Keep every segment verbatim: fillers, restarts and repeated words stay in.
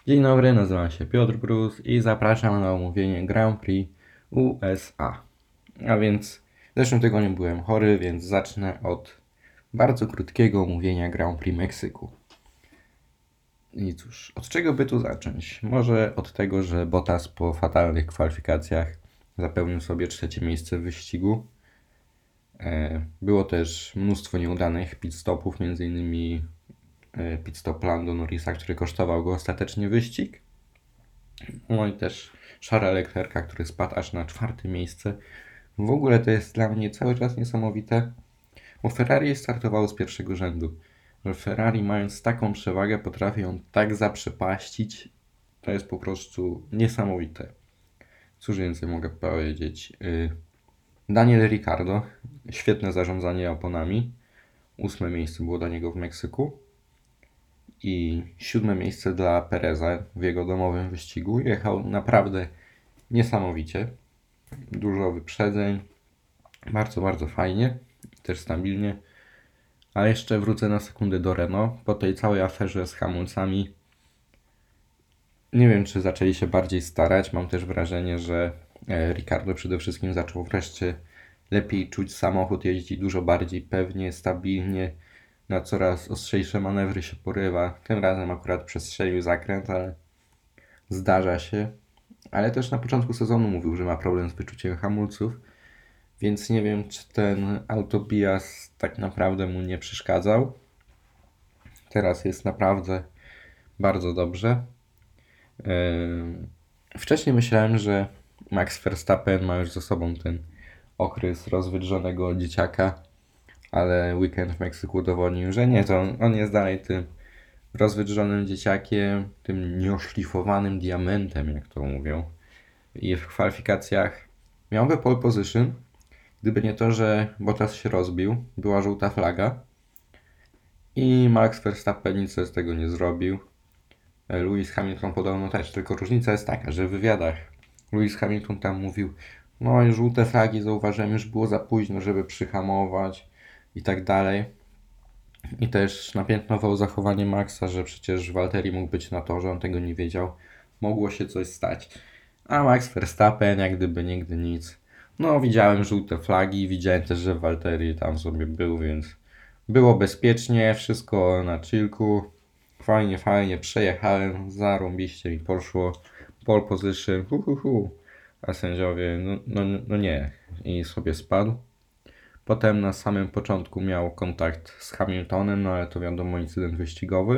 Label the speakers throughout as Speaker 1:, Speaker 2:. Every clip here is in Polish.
Speaker 1: Dzień dobry, nazywam się Piotr Brus i zapraszam na omówienie Grand Prix U S A. A więc w zeszłym tygodniu byłem chory, więc zacznę od bardzo krótkiego omówienia Grand Prix Meksyku. I cóż, od czego by tu zacząć? Może od tego, że Bottas po fatalnych kwalifikacjach zapewnił sobie trzecie miejsce w wyścigu. Było też mnóstwo nieudanych pit stopów, między innymi pit stop Lando Norrisa, który kosztował go ostatecznie wyścig. No i też Charlesa Leclerca, który spadł aż na czwarte miejsce. W ogóle to jest dla mnie cały czas niesamowite, bo Ferrari startowało z pierwszego rzędu. Że Ferrari, mając taką przewagę, potrafi ją tak zaprzepaścić. To jest po prostu niesamowite. Cóż więcej mogę powiedzieć? Daniel Ricciardo, świetne zarządzanie oponami. Ósme miejsce było dla niego w Meksyku. I siódme miejsce dla Pereza w jego domowym wyścigu. Jechał naprawdę niesamowicie. Dużo wyprzedzeń. Bardzo, bardzo fajnie. Też stabilnie. A jeszcze wrócę na sekundę do Renault. Po tej całej aferze z hamulcami nie wiem, czy zaczęli się bardziej starać. Mam też wrażenie, że Ricciardo przede wszystkim zaczął wreszcie lepiej czuć samochód, jeździ dużo bardziej pewnie, stabilnie, na coraz ostrzejsze manewry się porywa. Tym razem akurat przestrzelił zakręt, ale zdarza się. Ale też na początku sezonu mówił, że ma problem z wyczuciem hamulców, więc nie wiem, czy ten autobias tak naprawdę mu nie przeszkadzał. Teraz jest naprawdę bardzo dobrze. Wcześniej myślałem, że Max Verstappen ma już za sobą ten okres rozwydrzonego dzieciaka, ale weekend w Meksyku udowodnił, że nie, to on, on jest dalej tym rozwydrzonym dzieciakiem, tym nieoszlifowanym diamentem, jak to mówią. I w kwalifikacjach miałby pole position, gdyby nie to, że Bottas się rozbił, była żółta flaga i Max Verstappen nic z tego nie zrobił. Lewis Hamilton podobno też, tylko różnica jest taka, że w wywiadach Lewis Hamilton tam mówił, no i żółte flagi zauważyłem, już było za późno, żeby przyhamować i tak dalej. I też napiętnował zachowanie Maxa, że przecież Valtteri mógł być na torze, on tego nie wiedział. Mogło się coś stać. A Max Verstappen jak gdyby nigdy nic. No widziałem żółte flagi, widziałem też, że Valtteri tam sobie był, więc było bezpiecznie, wszystko na chillku. Fajnie, fajnie, przejechałem, zarąbiście mi poszło. Pole position, hu, hu, hu. A sędziowie, no, no, no nie. I sobie spadł. Potem na samym początku miał kontakt z Hamiltonem, no ale to wiadomo, incydent wyścigowy.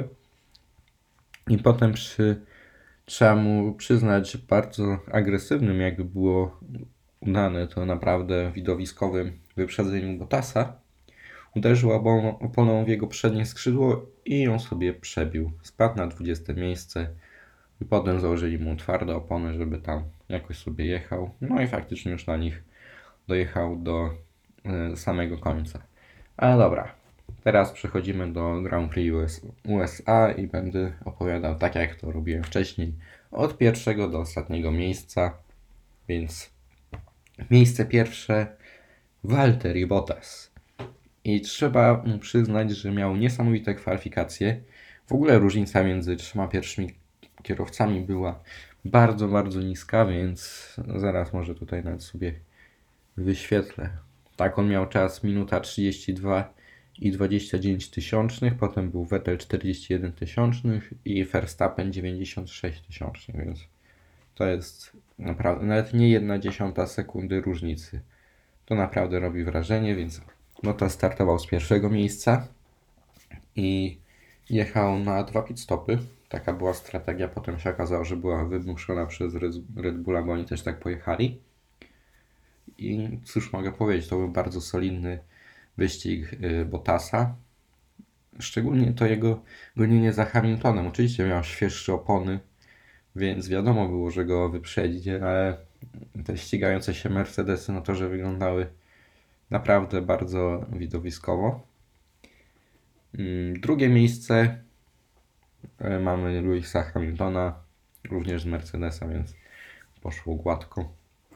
Speaker 1: I potem przy, trzeba mu przyznać, bardzo agresywnym, jakby było udane to naprawdę widowiskowym wyprzedzeniu Bottasa, uderzył obą oponą w jego przednie skrzydło i ją sobie przebił. Spadł na dwudzieste miejsce i potem założyli mu twarde opony, żeby tam jakoś sobie jechał. No i faktycznie już na nich dojechał do samego końca. Ale dobra, teraz przechodzimy do Grand Prix U S A i będę opowiadał tak, jak to robiłem wcześniej, od pierwszego do ostatniego miejsca. Więc miejsce pierwsze Valtteri Bottas. I trzeba mu przyznać, że miał niesamowite kwalifikacje. W ogóle różnica między trzema pierwszymi kierowcami była bardzo, bardzo niska, więc zaraz może tutaj nawet sobie wyświetlę. Tak, on miał czas minuta trzydzieści dwa i dwadzieścia dziewięć tysiącznych, potem był Vettel czterdzieści jeden tysiącznych i Verstappen dziewięćdziesiąt sześć tysiącznych, więc to jest naprawdę nawet nie jedna dziesiąta sekundy różnicy. To naprawdę robi wrażenie, więc no to startował z pierwszego miejsca i jechał na dwa pit stopy. Taka była strategia, potem się okazało, że była wymuszona przez Red Bulla, bo oni też tak pojechali. I cóż mogę powiedzieć, to był bardzo solidny wyścig Bottasa. Szczególnie to jego gonienie za Hamiltonem. Oczywiście miał świeższe opony, więc wiadomo było, że go wyprzedzi, ale te ścigające się Mercedesy na torze wyglądały naprawdę bardzo widowiskowo. Drugie miejsce mamy Lewisa Hamiltona, również z Mercedesa, więc poszło gładko.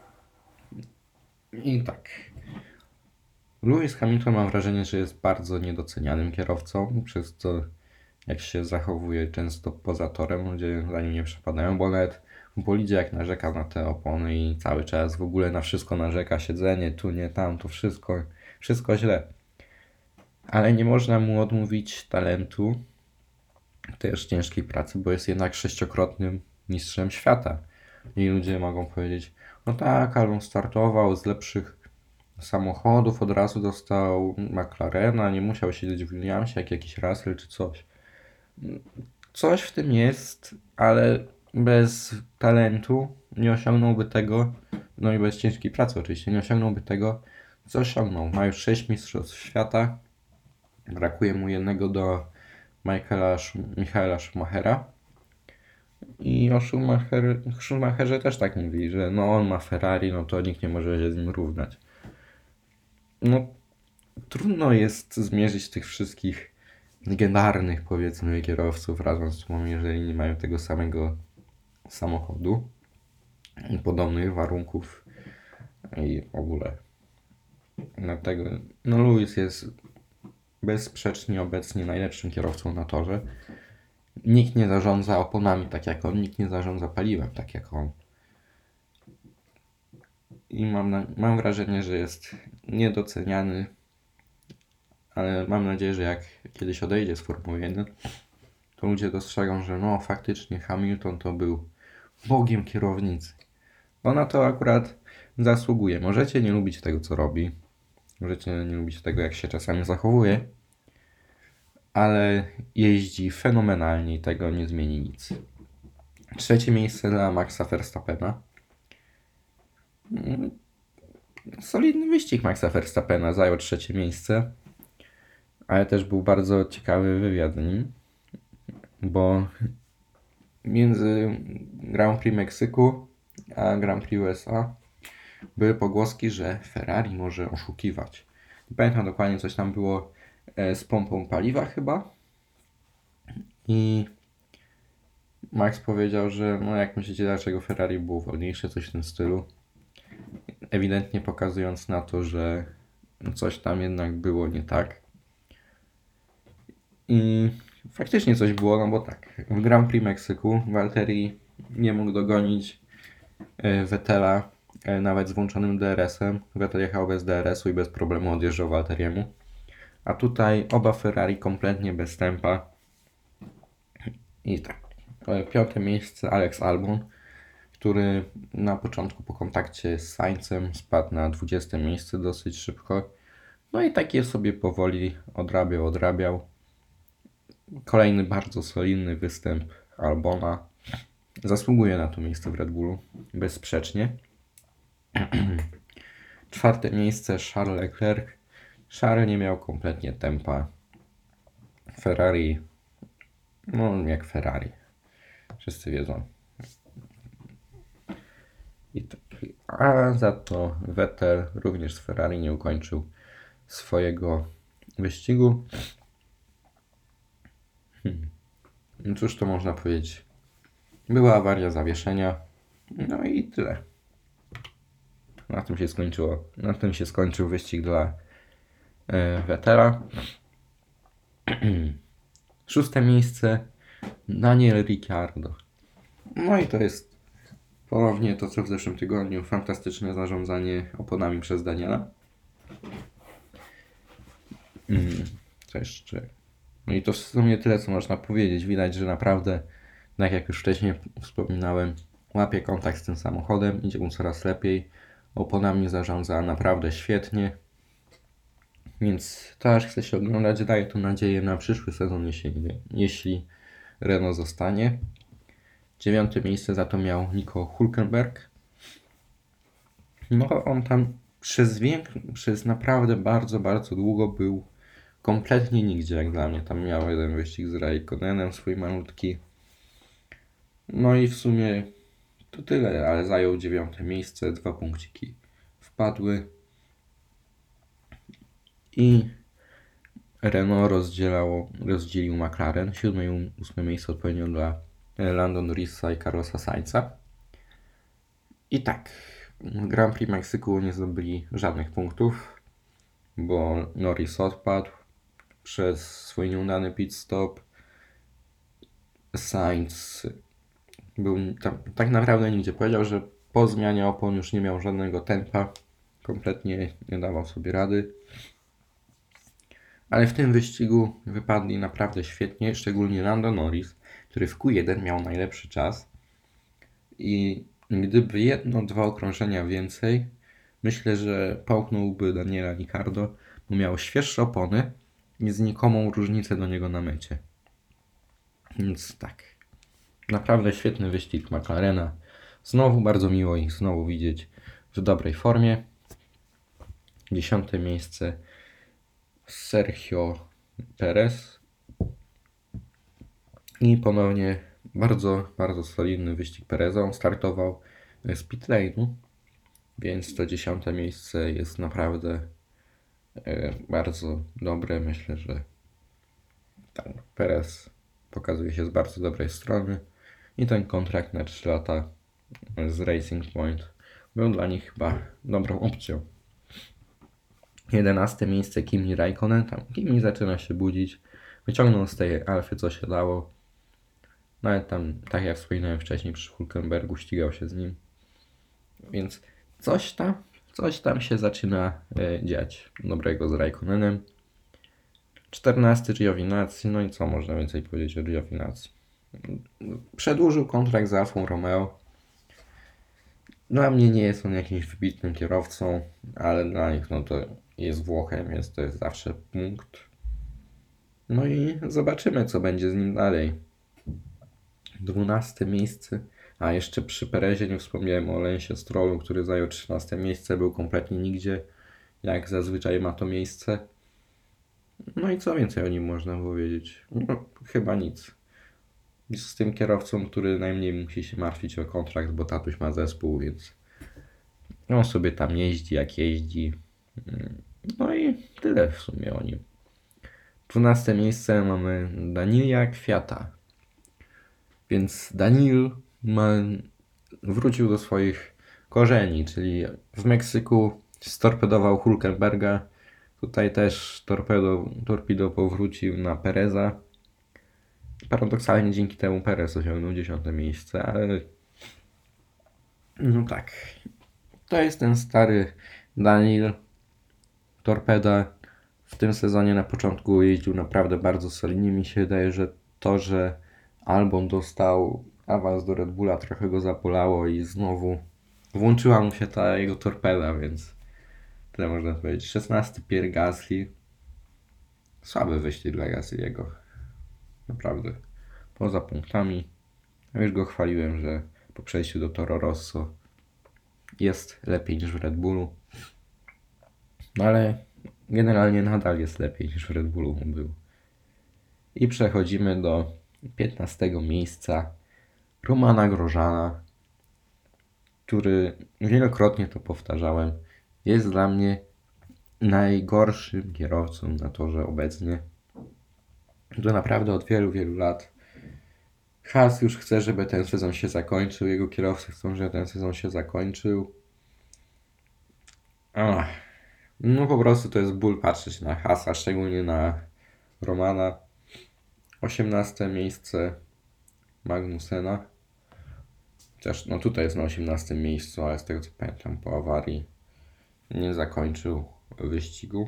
Speaker 1: I tak. Lewis Hamilton, mam wrażenie, że jest bardzo niedocenianym kierowcą, przez co jak się zachowuje często poza torem, ludzie za nim nie przepadają, bo nawet w bolidzie jak narzeka na te opony i cały czas w ogóle na wszystko narzeka, siedzenie tu, nie tam, to wszystko, wszystko źle. Ale nie można mu odmówić talentu, też ciężkiej pracy, bo jest jednak sześciokrotnym mistrzem świata. I ludzie mogą powiedzieć, no tak, ale on startował z lepszych samochodów, od razu dostał McLarena, nie musiał siedzieć w Williamsie jak jakiś Russell czy coś. Coś w tym jest, ale bez talentu nie osiągnąłby tego, no i bez ciężkiej pracy oczywiście, nie osiągnąłby tego, co osiągnął. Ma już sześć mistrzostw świata, brakuje mu jednego do Michaela, Michaela Schumachera. I o Schumacher, Schumacherze też tak mówi, że no on ma Ferrari, no to nikt nie może się z nim równać. No trudno jest zmierzyć tych wszystkich legendarnych, powiedzmy, kierowców razem z sobą, jeżeli nie mają tego samego samochodu, podobnych warunków i w ogóle. Dlatego, no Lewis jest bezsprzecznie obecnie najlepszym kierowcą na torze. Nikt nie zarządza oponami tak jak on, nikt nie zarządza paliwem tak jak on. I mam, na, mam wrażenie, że jest niedoceniany, ale mam nadzieję, że jak kiedyś odejdzie z Formuły jeden, to ludzie dostrzegą, że no faktycznie Hamilton to był bogiem kierownicy. Bo na to akurat zasługuje. Możecie nie lubić tego, co robi, możecie nie lubić tego, jak się czasami zachowuje, ale jeździ fenomenalnie i tego nie zmieni nic. Trzecie miejsce dla Maxa Verstappena. Solidny wyścig Maxa Verstappena, zajął trzecie miejsce, ale też był bardzo ciekawy wywiad z nim, bo między Grand Prix Meksyku a Grand Prix U S A były pogłoski, że Ferrari może oszukiwać. Nie pamiętam dokładnie, coś tam było z pompą paliwa chyba. I Max powiedział, że no jak myślicie, dlaczego Ferrari było wolniejsze, coś w tym stylu. Ewidentnie pokazując na to, że coś tam jednak było nie tak. I faktycznie coś było, no bo tak, w Grand Prix Meksyku Valtteri nie mógł dogonić Vettela nawet z włączonym D R S-em. Vettel jechał bez D R S-u i bez problemu odjeżdżał Valtteriemu. A tutaj oba Ferrari kompletnie bez tempa. I tak, piąte miejsce Alex Albon, który na początku po kontakcie z Sainzem spadł na dwudzieste miejsce dosyć szybko. No i takie sobie powoli odrabiał, odrabiał. Kolejny bardzo solidny występ Albona. Zasługuje na to miejsce w Red Bullu, bezsprzecznie. Czwarte miejsce Charles Leclerc. Charles nie miał kompletnie tempa. Ferrari, no jak Ferrari. Wszyscy wiedzą. I tak. A za to Vettel również z Ferrari nie ukończył swojego wyścigu. Hmm. No cóż to można powiedzieć. Była awaria zawieszenia. No i tyle. Na tym się skończyło. Na tym się skończył wyścig dla e, Vettela. Szóste miejsce Daniel Ricciardo. No i to jest ponownie to, co w zeszłym tygodniu. Fantastyczne zarządzanie oponami przez Daniela. Hmm. Co jeszcze? No i to w sumie tyle, co można powiedzieć. Widać, że naprawdę, tak jak już wcześniej wspominałem, łapie kontakt z tym samochodem, idzie mu coraz lepiej. Oponami zarządza naprawdę świetnie. Więc to aż chce się oglądać. Daje to nadzieję na przyszły sezon, jeśli, jeśli Renault zostanie. Dziewiąte miejsce za to miał Nico Hülkenberg. No on tam przez, wiek, przez naprawdę bardzo, bardzo długo był kompletnie nigdzie, jak dla mnie. Tam miał jeden wyścig z Raikkonenem, swój malutki. No i w sumie to tyle, ale zajął dziewiąte miejsce, dwa punkciki wpadły. I Renault rozdzielało, rozdzielił McLaren, siódme i ósme miejsce odpowiednio dla Lando Norrisa i Carlosa Sainza. I tak, w Grand Prix Meksyku nie zdobyli żadnych punktów, bo Norris odpadł przez swój nieudany pit stop. Sainz był tam, tak naprawdę nigdzie. Powiedział, że po zmianie opon już nie miał żadnego tempa. Kompletnie nie dawał sobie rady. Ale w tym wyścigu wypadli naprawdę świetnie, szczególnie Lando Norris, który w Q jeden miał najlepszy czas. I gdyby jedno, dwa okrążenia więcej, myślę, że połknąłby Daniela Ricciardo, bo miał świeższe opony i znikomą różnicę do niego na mecie. Więc tak, naprawdę świetny wyścig McLarena. Znowu bardzo miło ich znowu widzieć w dobrej formie. Dziesiąte miejsce Sergio Perez. I ponownie bardzo, bardzo solidny wyścig Pereza. On startował z pit lane'u, więc to dziesiąte miejsce jest naprawdę e, bardzo dobre. Myślę, że tam Perez pokazuje się z bardzo dobrej strony i ten kontrakt na trzy lata z Racing Point był dla nich chyba dobrą opcją. jedenaste miejsce Kimi Raikkonen. Tam Kimi zaczyna się budzić. Wyciągnął z tej Alfy co się dało. Nawet tam, tak jak wspominałem wcześniej, przy Hülkenbergu ścigał się z nim. Więc coś tam, coś tam się zaczyna e, dziać dobrego z Raikkonenem. czternasty Giovinazzi. No i co można więcej powiedzieć o Giovinazzi? Przedłużył kontrakt z Alfą Romeo. Dla mnie nie jest on jakimś wybitnym kierowcą, ale dla nich no to jest Włochem, jest to jest zawsze punkt. No i zobaczymy, co będzie z nim dalej. dwunaste miejsce. A jeszcze przy Perezie nie wspomniałem o Lensie Strollu, który zajął trzynaste miejsce, był kompletnie nigdzie, jak zazwyczaj ma to miejsce. No i co więcej o nim można powiedzieć? No, chyba nic. Z tym kierowcą, który najmniej musi się martwić o kontrakt, bo tatuś ma zespół, więc on sobie tam jeździ jak jeździ. No i tyle w sumie o nim. dwunaste miejsce mamy Daniela Kwiata. Więc Daniel ma, wrócił do swoich korzeni, czyli w Meksyku storpedował Hülkenberga. Tutaj też torpedo, torpedo powrócił na Pereza. Paradoksalnie dzięki temu Perez osiągnął dziesiąte miejsce, ale no tak. To jest ten stary Daniel Torpeda. W tym sezonie na początku jeździł naprawdę bardzo solidnie. Mi się wydaje, że to, że Albon dostał awans do Red Bulla, trochę go zapolało i znowu włączyła mu się ta jego torpeda, więc tyle można powiedzieć. szesnasty Pierre Gasly. Słaby wyścig dla Gasly'ego. Naprawdę. Poza punktami. Ja już go chwaliłem, że po przejściu do Toro Rosso jest lepiej niż w Red Bullu. No ale generalnie nadal jest lepiej niż w Red Bullu był. I przechodzimy do piętnastego miejsca Romana Grosjeana, który wielokrotnie to powtarzałem, jest dla mnie najgorszym kierowcą na torze obecnie. To naprawdę od wielu, wielu lat. Haas już chce, żeby ten sezon się zakończył, jego kierowcy chcą, żeby ten sezon się zakończył. Ach, no po prostu to jest ból patrzeć na Haasa, szczególnie na Romana. osiemnaste miejsce Magnusena. Chociaż no tutaj jest na osiemnastym miejscu, ale z tego co pamiętam po awarii nie zakończył wyścigu.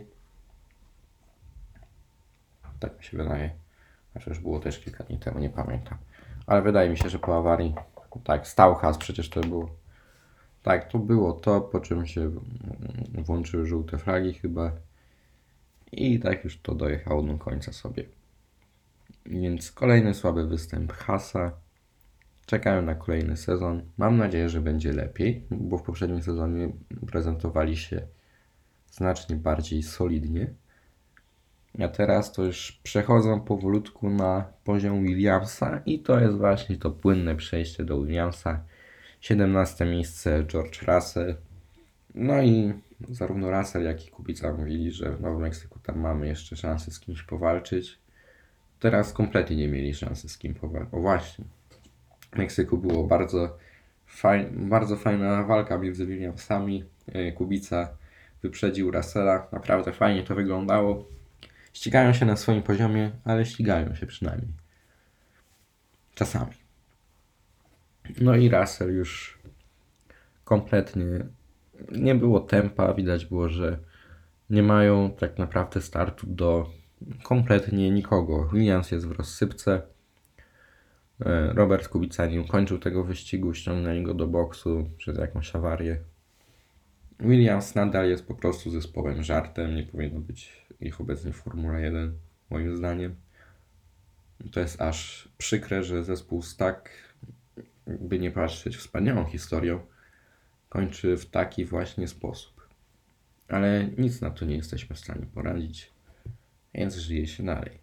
Speaker 1: Tak mi się wydaje. Chociaż było też kilka dni temu, nie pamiętam. Ale wydaje mi się, że po awarii tak, stał Haas, przecież to było. Tak, to było to, po czym się włączyły żółte flagi chyba. I tak już to dojechało do końca sobie. Więc kolejny słaby występ Haasa. Czekają na kolejny sezon. Mam nadzieję, że będzie lepiej, bo w poprzednim sezonie prezentowali się znacznie bardziej solidnie. A teraz to już przechodzą powolutku na poziom Williamsa i to jest właśnie to płynne przejście do Williamsa. siedemnaste miejsce George Russell. No i zarówno Russell, jak i Kubica mówili, że w Nowym Meksyku tam mamy jeszcze szansę z kimś powalczyć. Teraz kompletnie nie mieli szansy z kim powalczyć. O właśnie. W Meksyku było bardzo, faj, bardzo fajna walka między Williamsami. Kubica wyprzedził Russella. Naprawdę fajnie to wyglądało. Ścigają się na swoim poziomie, ale ścigają się przynajmniej. czasami. No i Russell już kompletnie nie było tempa, widać było, że nie mają tak naprawdę startu do kompletnie nikogo. Williams jest w rozsypce. Robert Kubica nie ukończył tego wyścigu, ściągnęli go do boksu przez jakąś awarię. Williams nadal jest po prostu zespołem żartem, nie powinno być ich obecnie w Formule jeden, moim zdaniem. To jest aż przykre, że zespół z tak, by nie patrzeć, wspaniałą historią kończy w taki właśnie sposób. Ale nic na to nie jesteśmy w stanie poradzić, więc żyje się dalej.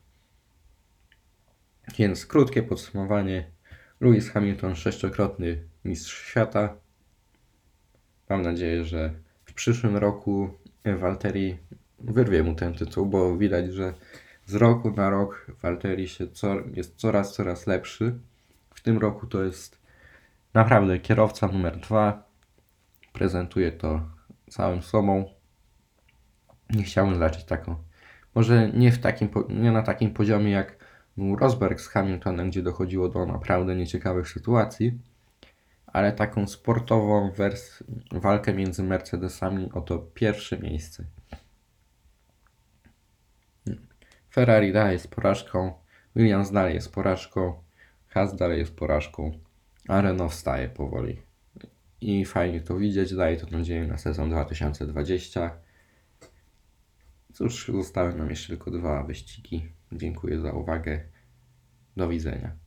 Speaker 1: Więc krótkie podsumowanie. Lewis Hamilton, sześciokrotny mistrz świata. Mam nadzieję, że w przyszłym roku Valtteri wyrwie mu ten tytuł, bo widać, że z roku na rok Valtteri się co, jest coraz, coraz lepszy. W tym roku to jest naprawdę kierowca numer dwa. Prezentuje to całym sobą. Nie chciałbym zobaczyć taką. Może nie, w takim, nie na takim poziomie jak był Rosberg z Hamiltonem, gdzie dochodziło do naprawdę nieciekawych sytuacji, ale taką sportową wers- walkę między Mercedesami o to pierwsze miejsce. Ferrari dalej jest porażką, Williams dalej jest porażką, Haas dalej jest porażką, a Renault wstaje powoli. I fajnie to widzieć, daje to nadzieję na sezon dwa tysiące dwudziesty. Cóż, zostały nam jeszcze tylko dwa wyścigi. Dziękuję za uwagę. Do widzenia.